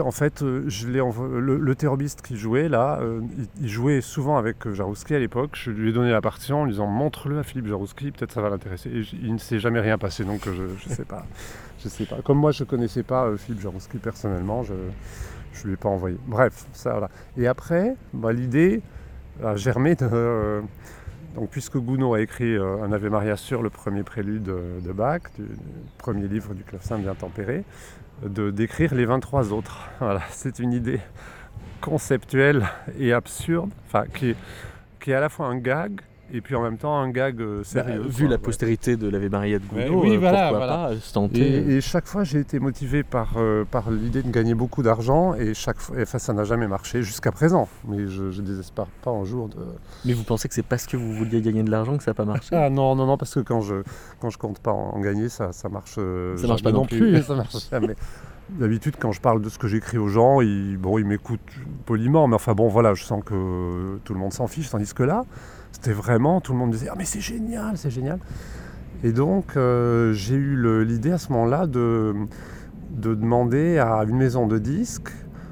Le théorbiste qui jouait là, il jouait souvent avec Jaroussky à l'époque. Je lui ai donné la partition en lui disant, montre-le à Philippe Jaroussky, peut-être ça va l'intéresser. Et il ne s'est jamais rien passé, donc je sais pas. Je sais pas. Comme moi, je connaissais pas Philippe Jaroussky personnellement, je lui ai pas envoyé. Bref, ça voilà. Et après, l'idée a germé de... Donc, puisque Gounod a écrit un Ave Maria sur le premier prélude de Bach, du premier livre du clavecin bien tempéré, d'écrire les 23 autres. Voilà, c'est une idée conceptuelle et absurde, qui est à la fois un gag et puis en même temps un gag sérieux. Vu la postérité de l'Ave Maria de Gounod, pourquoi pas se tenter. Et chaque fois, j'ai été motivé par l'idée de gagner beaucoup d'argent et ça n'a jamais marché jusqu'à présent. Mais je désespère pas un jour de... Mais vous pensez que c'est parce que vous vouliez gagner de l'argent que ça n'a pas marché ? Ah non, parce que quand je compte pas en gagner, ça marche. Ça marche pas non plus. Ça marche jamais. D'habitude, quand je parle de ce que j'écris aux gens, ils m'écoutent poliment, mais enfin bon, voilà, je sens que tout le monde s'en fiche, tandis que là, c'était vraiment, tout le monde disait « Ah mais c'est génial !» Et donc, j'ai eu l'idée à ce moment-là de demander à une maison de disques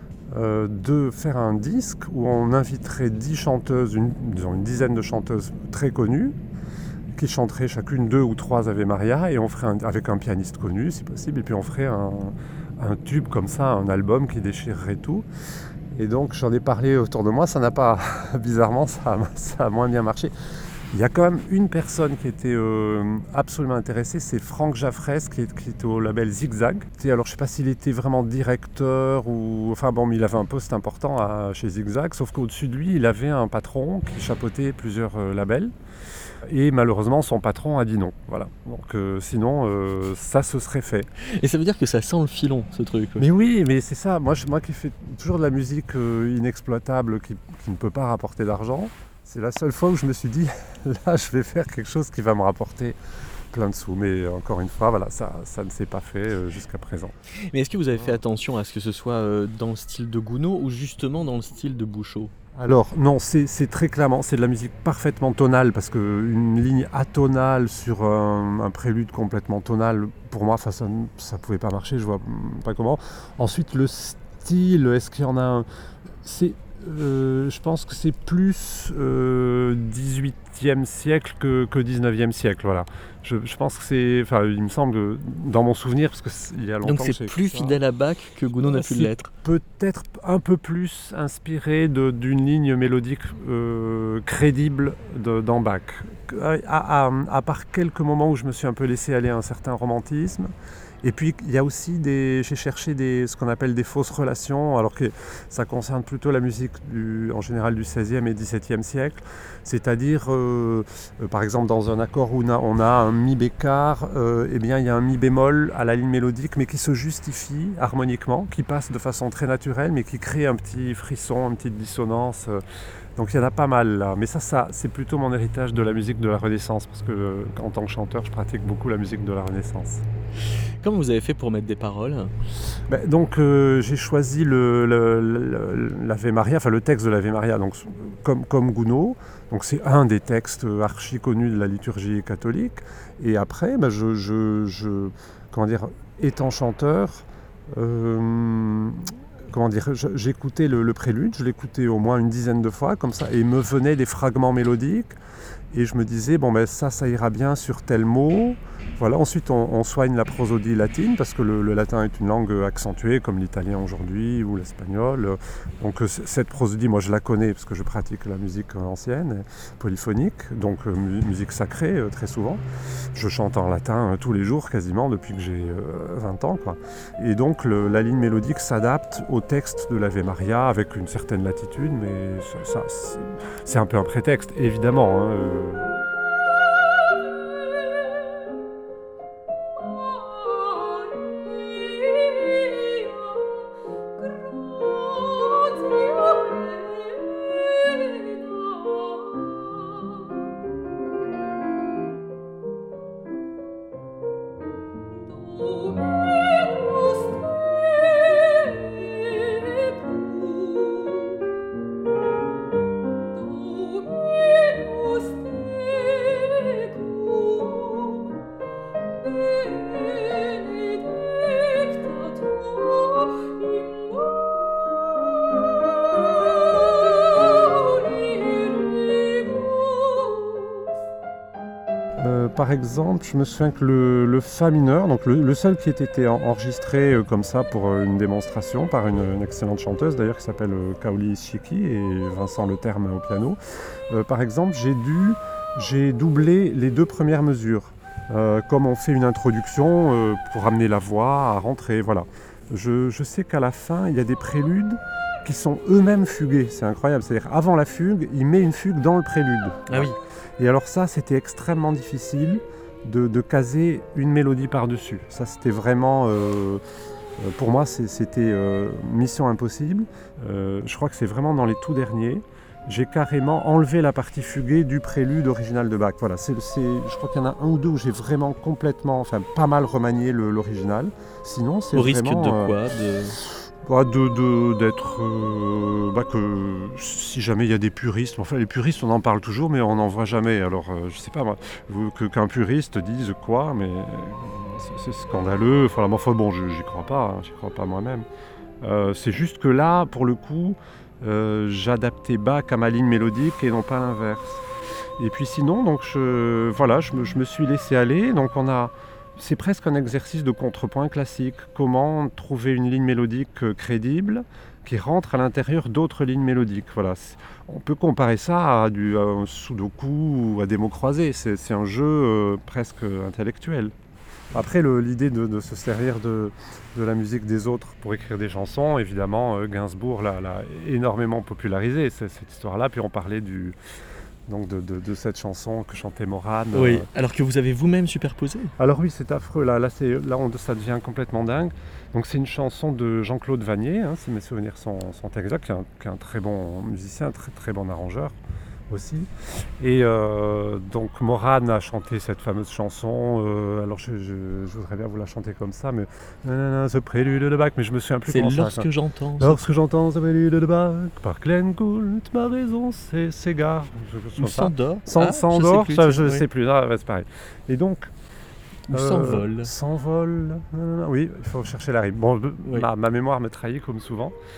de faire un disque où on inviterait 10 chanteuses, une dizaine de chanteuses très connues, qui chanteraient chacune 2 ou 3 Ave Maria, et on ferait avec un pianiste connu, si possible, et puis on ferait un tube comme ça, un album qui déchirerait tout. Et donc j'en ai parlé autour de moi, ça n'a pas, bizarrement, ça a moins bien marché. Il y a quand même une personne qui était absolument intéressée, c'est Franck Jaffrès, qui était au label Zigzag. Alors je ne sais pas s'il était vraiment directeur ou... Enfin bon, mais il avait un poste important chez Zigzag, sauf qu'au-dessus de lui, il avait un patron qui chapeautait plusieurs labels. Et malheureusement, son patron a dit non. Voilà. Donc sinon, ça se serait fait. Et ça veut dire que ça sent le filon, ce truc. Mais oui, mais c'est ça. Moi qui fais toujours de la musique inexploitable, qui ne peut pas rapporter d'argent, c'est la seule fois où je me suis dit, là, je vais faire quelque chose qui va me rapporter plein de sous. Mais encore une fois, voilà, ça ne s'est pas fait jusqu'à présent. Mais est-ce que vous avez fait attention à ce que ce soit dans le style de Gounod ou justement dans le style de Bouchot ? Alors non, c'est très clairement, c'est de la musique parfaitement tonale, parce qu'une ligne atonale sur un prélude complètement tonal, pour moi, ça ne pouvait pas marcher, je vois pas comment. Ensuite, le style, est-ce qu'il y en a un... je pense que c'est plus 18e siècle que 19e siècle, voilà. Je pense que c'est... Enfin, il me semble, dans mon souvenir, parce qu'il y a longtemps... Donc c'est plus fidèle à Bach que Gounod n'a pu l'être. Peut-être un peu plus inspiré d'une ligne mélodique crédible dans Bach. À part quelques moments où je me suis un peu laissé aller à un certain romantisme. Et puis il y a aussi j'ai cherché ce qu'on appelle des fausses relations, alors que ça concerne plutôt la musique en général du XVIe et XVIIe siècle. C'est-à-dire, par exemple, dans un accord où on a un mi bécard, eh bien il y a un mi bémol à la ligne mélodique, mais qui se justifie harmoniquement, qui passe de façon très naturelle, mais qui crée un petit frisson, une petite dissonance. Donc il y en a pas mal là, mais ça c'est plutôt mon héritage de la musique de la Renaissance, parce que en tant que chanteur, je pratique beaucoup la musique de la Renaissance. Comment vous avez fait pour mettre des paroles ? Donc j'ai choisi l'Ave Maria, enfin le texte de l'Ave Maria, donc comme Gounod. Donc c'est un des textes archi connus de la liturgie catholique. Et après, comment dire, étant chanteur. J'écoutais le prélude, je l'écoutais au moins une dizaine de fois comme ça, et il me venait des fragments mélodiques, et je me disais, ça ira bien sur tel mot. Voilà. Ensuite, on soigne la prosodie latine, parce que le latin est une langue accentuée, comme l'italien aujourd'hui, ou l'espagnol. Donc cette prosodie, moi je la connais, parce que je pratique la musique ancienne, polyphonique, donc musique sacrée très souvent. Je chante en latin tous les jours, quasiment, depuis que j'ai 20 ans, quoi. Et donc la ligne mélodique s'adapte au texte de l'Ave Maria, avec une certaine latitude, mais ça c'est un peu un prétexte, évidemment, hein. Par exemple, je me souviens que le Fa mineur, donc le seul qui ait été enregistré comme ça pour une démonstration par une excellente chanteuse d'ailleurs qui s'appelle Kaoli Shiki et Vincent Le Terme au piano, par exemple, j'ai doublé les 2 premières mesures, comme on fait une introduction pour amener la voix à rentrer, voilà. Je sais qu'à la fin, il y a des préludes qui sont eux-mêmes fugués, c'est incroyable, c'est-à-dire avant la fugue, il met une fugue dans le prélude. Ah oui. Et alors ça, c'était extrêmement difficile de caser une mélodie par-dessus. Ça, c'était vraiment... pour moi, c'était mission impossible. Je crois que c'est vraiment dans les tout derniers. J'ai carrément enlevé la partie fuguée du prélude original de Bach. Voilà, je crois qu'il y en a un ou deux où j'ai vraiment complètement, pas mal remanié l'original. Sinon, c'est vraiment... Au risque de quoi d'être que si jamais il y a des puristes, les puristes on en parle toujours mais on n'en voit jamais, alors je sais pas moi, qu'un puriste dise quoi, mais c'est scandaleux, bon j'y crois pas moi-même, c'est juste que là pour le coup j'adaptais Bach à ma ligne mélodique et non pas l'inverse. Et puis sinon donc je me suis laissé aller, donc c'est presque un exercice de contrepoint classique. Comment trouver une ligne mélodique crédible qui rentre à l'intérieur d'autres lignes mélodiques. Voilà. On peut comparer ça à un sudoku ou à des mots croisés. C'est un jeu presque intellectuel. Après, l'idée de se servir de la musique des autres pour écrire des chansons, évidemment, Gainsbourg l'a énormément popularisé, cette histoire-là. Puis on parlait de cette chanson que chantait Morane. Oui, alors que vous avez vous-même superposé. Alors oui, c'est affreux, là ça devient complètement dingue. Donc c'est une chanson de Jean-Claude Vannier, si mes souvenirs sont exacts, qui est un très bon musicien, un très très bon arrangeur aussi. Et donc Morane a chanté cette fameuse chanson, alors je voudrais bien vous la chanter comme ça, mais ce prélude de Bach, mais je me souviens plus comment ça. C'est lorsque j'entends. Lorsque j'entends ce prélude de Bach, par Glenn Gould, ma raison s'égare. S'endort. S'endort, je sais plus, c'est pareil. Et donc. Ou s'envole. S'envole. Oui, il faut chercher la rime. Bon, oui. ma mémoire me trahit comme souvent.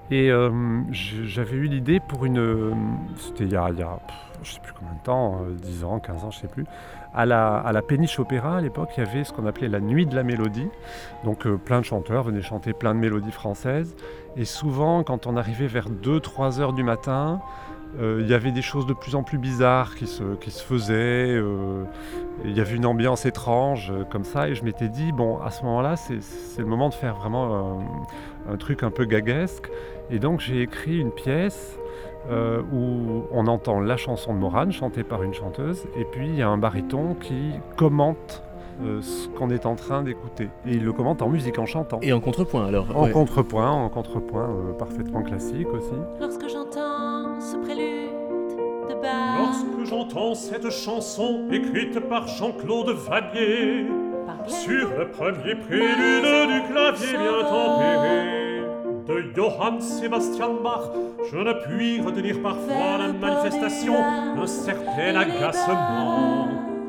Et j'avais eu l'idée pour c'était il y a je sais plus combien de temps, 10 ans, 15 ans, je sais plus. À la Péniche Opéra, à l'époque, il y avait ce qu'on appelait la Nuit de la Mélodie. Donc plein de chanteurs venaient chanter plein de mélodies françaises. Et souvent, quand on arrivait vers 2-3 heures du matin, il y avait des choses de plus en plus bizarres qui se faisaient. Il y avait une ambiance étrange comme ça. Et je m'étais dit, bon, à ce moment-là, c'est le moment de faire vraiment un truc un peu gaguesque. Et donc j'ai écrit une pièce où on entend la chanson de Morane chantée par une chanteuse, et puis il y a un baryton qui commente ce qu'on est en train d'écouter. Et il le commente en musique, en chantant. Et en contrepoint alors. En contrepoint, parfaitement classique aussi. Lorsque j'entends ce prélude de Bach, Lorsque j'entends cette chanson écrite par Jean-Claude Vannier, sur le premier prélude du clavier bien tempéré de Johann Sebastian Bach, je ne puis retenir parfois la manifestation d'un certain agacement.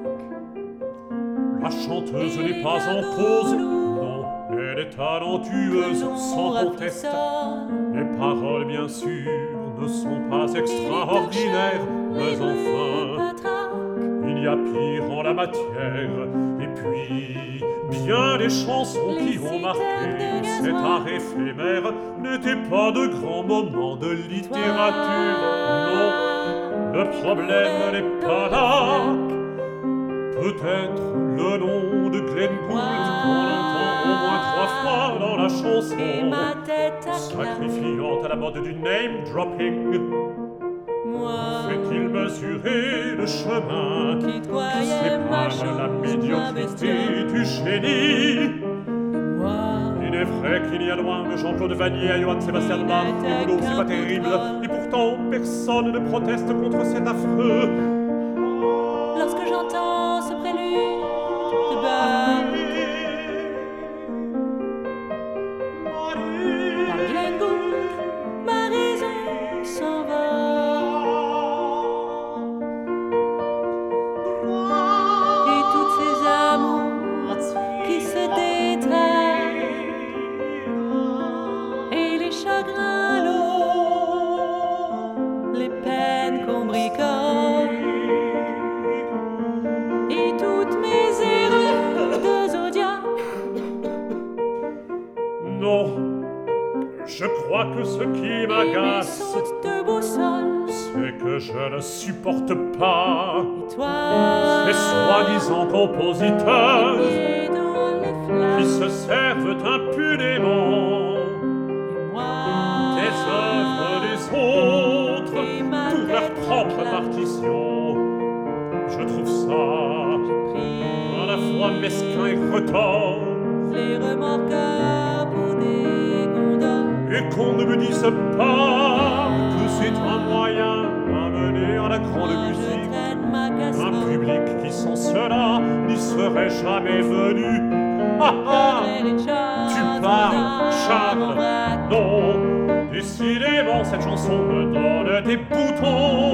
La chanteuse n'est pas en cause, non, elle est talentueuse, sans conteste. Les paroles, bien sûr, ne sont pas extraordinaires, mais enfin, il y a pire en la matière. Et puis, bien des chansons qui ont marqué cet art éphémère n'étaient pas de grands moments de littérature. Non, le problème n'est pas là. Peut-être le nom de Glenn Gould qu'on entend au moins 3 fois dans la chanson, sacrifiant à la mode du name-dropping. Fait-il mesurer le chemin qui sépare la médiocrité du génie? Il est vrai qu'il y a loin de Jean-Claude Vannier à Johann Sebastian Bach, et Boulot, c'est pas terrible, et pourtant personne ne proteste contre cet affreux. lorsque j'entends ce prélude de Bach, par Glenn Gould, ma raison s'envole. Et toutes ces amours qui se détraquent, et les chagrins lourds, les peines qu'on bricole, et toutes mes erreurs de zodiaque. Non, je crois que ce qui Et mes m'agace, sautes de boussole, c'est que je ne supporte pas et toi, ces soi-disant compositeurs et dans les flammes, qui se servent impunément et moi, des œuvres des autres et ma pour leur tête propre claque. partition. Je trouve ça Pris à la fois mesquin et retors, les remorqueurs pour des gondoles, et qu'on ne me dise pas que c'est un moyen d'amener à la grande moi je musique traîne ma un casserole, public qui sans cela n'y serait jamais venu. Ah ah, tu parles, Charles. Non, décidément cette chanson me donne des boutons.